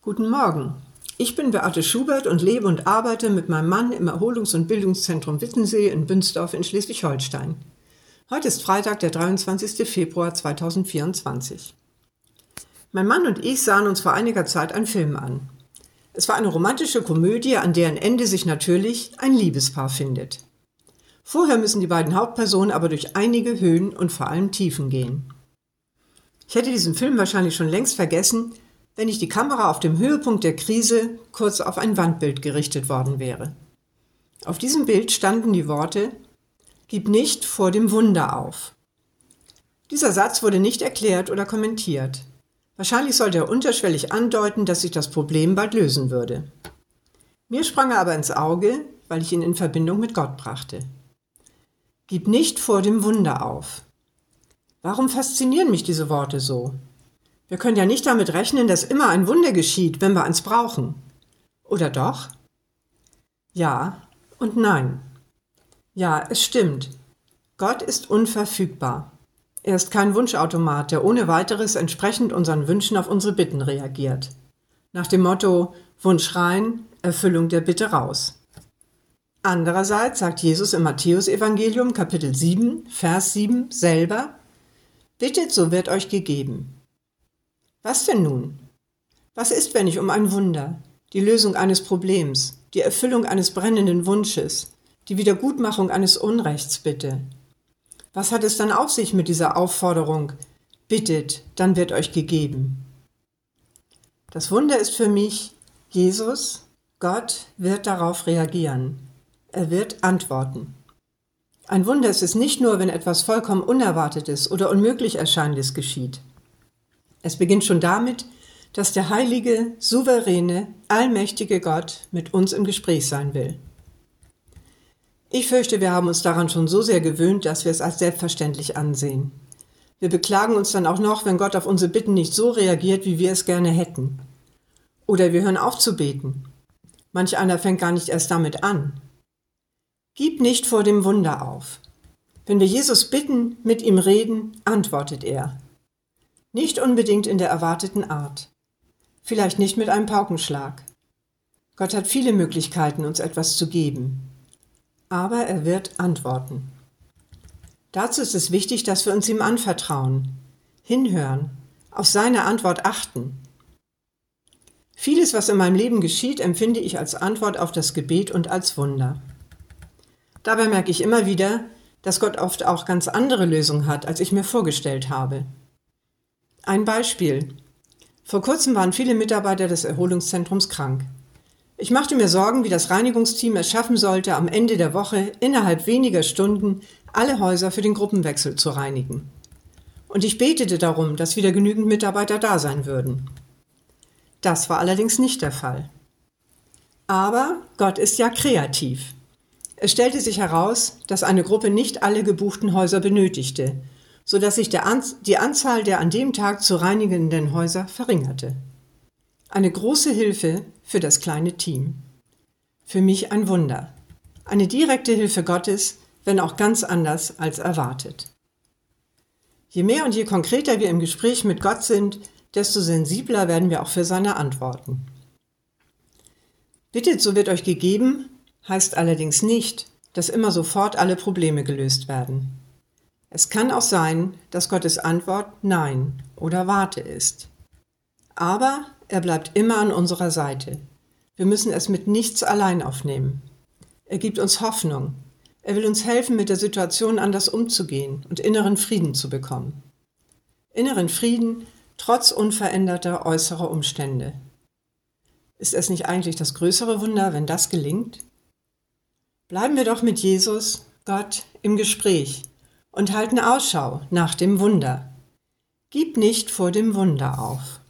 Guten Morgen. Ich bin Beate Schubert und lebe und arbeite mit meinem Mann im Erholungs- und Bildungszentrum Wittensee in Bünsdorf in Schleswig-Holstein. Heute ist Freitag, der 23. Februar 2024. Mein Mann und ich sahen uns vor einiger Zeit einen Film an. Es war eine romantische Komödie, an deren Ende sich natürlich ein Liebespaar findet. Vorher müssen die beiden Hauptpersonen aber durch einige Höhen und vor allem Tiefen gehen. Ich hätte diesen Film wahrscheinlich schon längst vergessen, wenn nicht die Kamera auf dem Höhepunkt der Krise kurz auf ein Wandbild gerichtet worden wäre. Auf diesem Bild standen die Worte: „Gib nicht vor dem Wunder auf." Dieser Satz wurde nicht erklärt oder kommentiert. Wahrscheinlich sollte er unterschwellig andeuten, dass sich das Problem bald lösen würde. Mir sprang er aber ins Auge, weil ich ihn in Verbindung mit Gott brachte. Gib nicht vor dem Wunder auf. Warum faszinieren mich diese Worte so? Wir können ja nicht damit rechnen, dass immer ein Wunder geschieht, wenn wir eins brauchen. Oder doch? Ja und nein. Ja, es stimmt. Gott ist unverfügbar. Er ist kein Wunschautomat, der ohne weiteres entsprechend unseren Wünschen auf unsere Bitten reagiert. Nach dem Motto: Wunsch rein, Erfüllung der Bitte raus. Andererseits sagt Jesus im Matthäusevangelium Kapitel 7, Vers 7 selber: Bittet, so wird euch gegeben. Was denn nun? Was ist, wenn ich um ein Wunder, die Lösung eines Problems, die Erfüllung eines brennenden Wunsches, die Wiedergutmachung eines Unrechts bitte? Was hat es dann auf sich mit dieser Aufforderung: Bittet, dann wird euch gegeben? Das Wunder ist für mich: Jesus, Gott, wird darauf reagieren. Er wird antworten. Ein Wunder ist es nicht nur, wenn etwas vollkommen Unerwartetes oder unmöglich Erscheinendes geschieht. Es beginnt schon damit, dass der heilige, souveräne, allmächtige Gott mit uns im Gespräch sein will. Ich fürchte, wir haben uns daran schon so sehr gewöhnt, dass wir es als selbstverständlich ansehen. Wir beklagen uns dann auch noch, wenn Gott auf unsere Bitten nicht so reagiert, wie wir es gerne hätten. Oder wir hören auf zu beten. Manch einer fängt gar nicht erst damit an. Gib nicht vor dem Wunder auf. Wenn wir Jesus bitten, mit ihm reden, antwortet er. Nicht unbedingt in der erwarteten Art. Vielleicht nicht mit einem Paukenschlag. Gott hat viele Möglichkeiten, uns etwas zu geben. Aber er wird antworten. Dazu ist es wichtig, dass wir uns ihm anvertrauen, hinhören, auf seine Antwort achten. Vieles, was in meinem Leben geschieht, empfinde ich als Antwort auf das Gebet und als Wunder. Dabei merke ich immer wieder, dass Gott oft auch ganz andere Lösungen hat, als ich mir vorgestellt habe. Ein Beispiel. Vor kurzem waren viele Mitarbeiter des Erholungszentrums krank. Ich machte mir Sorgen, wie das Reinigungsteam es schaffen sollte, am Ende der Woche innerhalb weniger Stunden alle Häuser für den Gruppenwechsel zu reinigen. Und ich betete darum, dass wieder genügend Mitarbeiter da sein würden. Das war allerdings nicht der Fall. Aber Gott ist ja kreativ. Es stellte sich heraus, dass eine Gruppe nicht alle gebuchten Häuser benötigte, sodass sich die Anzahl der an dem Tag zu reinigenden Häuser verringerte. Eine große Hilfe für das kleine Team. Für mich ein Wunder. Eine direkte Hilfe Gottes, wenn auch ganz anders als erwartet. Je mehr und je konkreter wir im Gespräch mit Gott sind, desto sensibler werden wir auch für seine Antworten. Bittet, so wird euch gegeben, heißt allerdings nicht, dass immer sofort alle Probleme gelöst werden. Es kann auch sein, dass Gottes Antwort Nein oder Warte ist. Aber er bleibt immer an unserer Seite. Wir müssen es mit nichts allein aufnehmen. Er gibt uns Hoffnung. Er will uns helfen, mit der Situation anders umzugehen und inneren Frieden zu bekommen. Inneren Frieden trotz unveränderter äußerer Umstände. Ist es nicht eigentlich das größere Wunder, wenn das gelingt? Bleiben wir doch mit Jesus, Gott, im Gespräch und halten Ausschau nach dem Wunder. Gib nicht vor dem Wunder auf.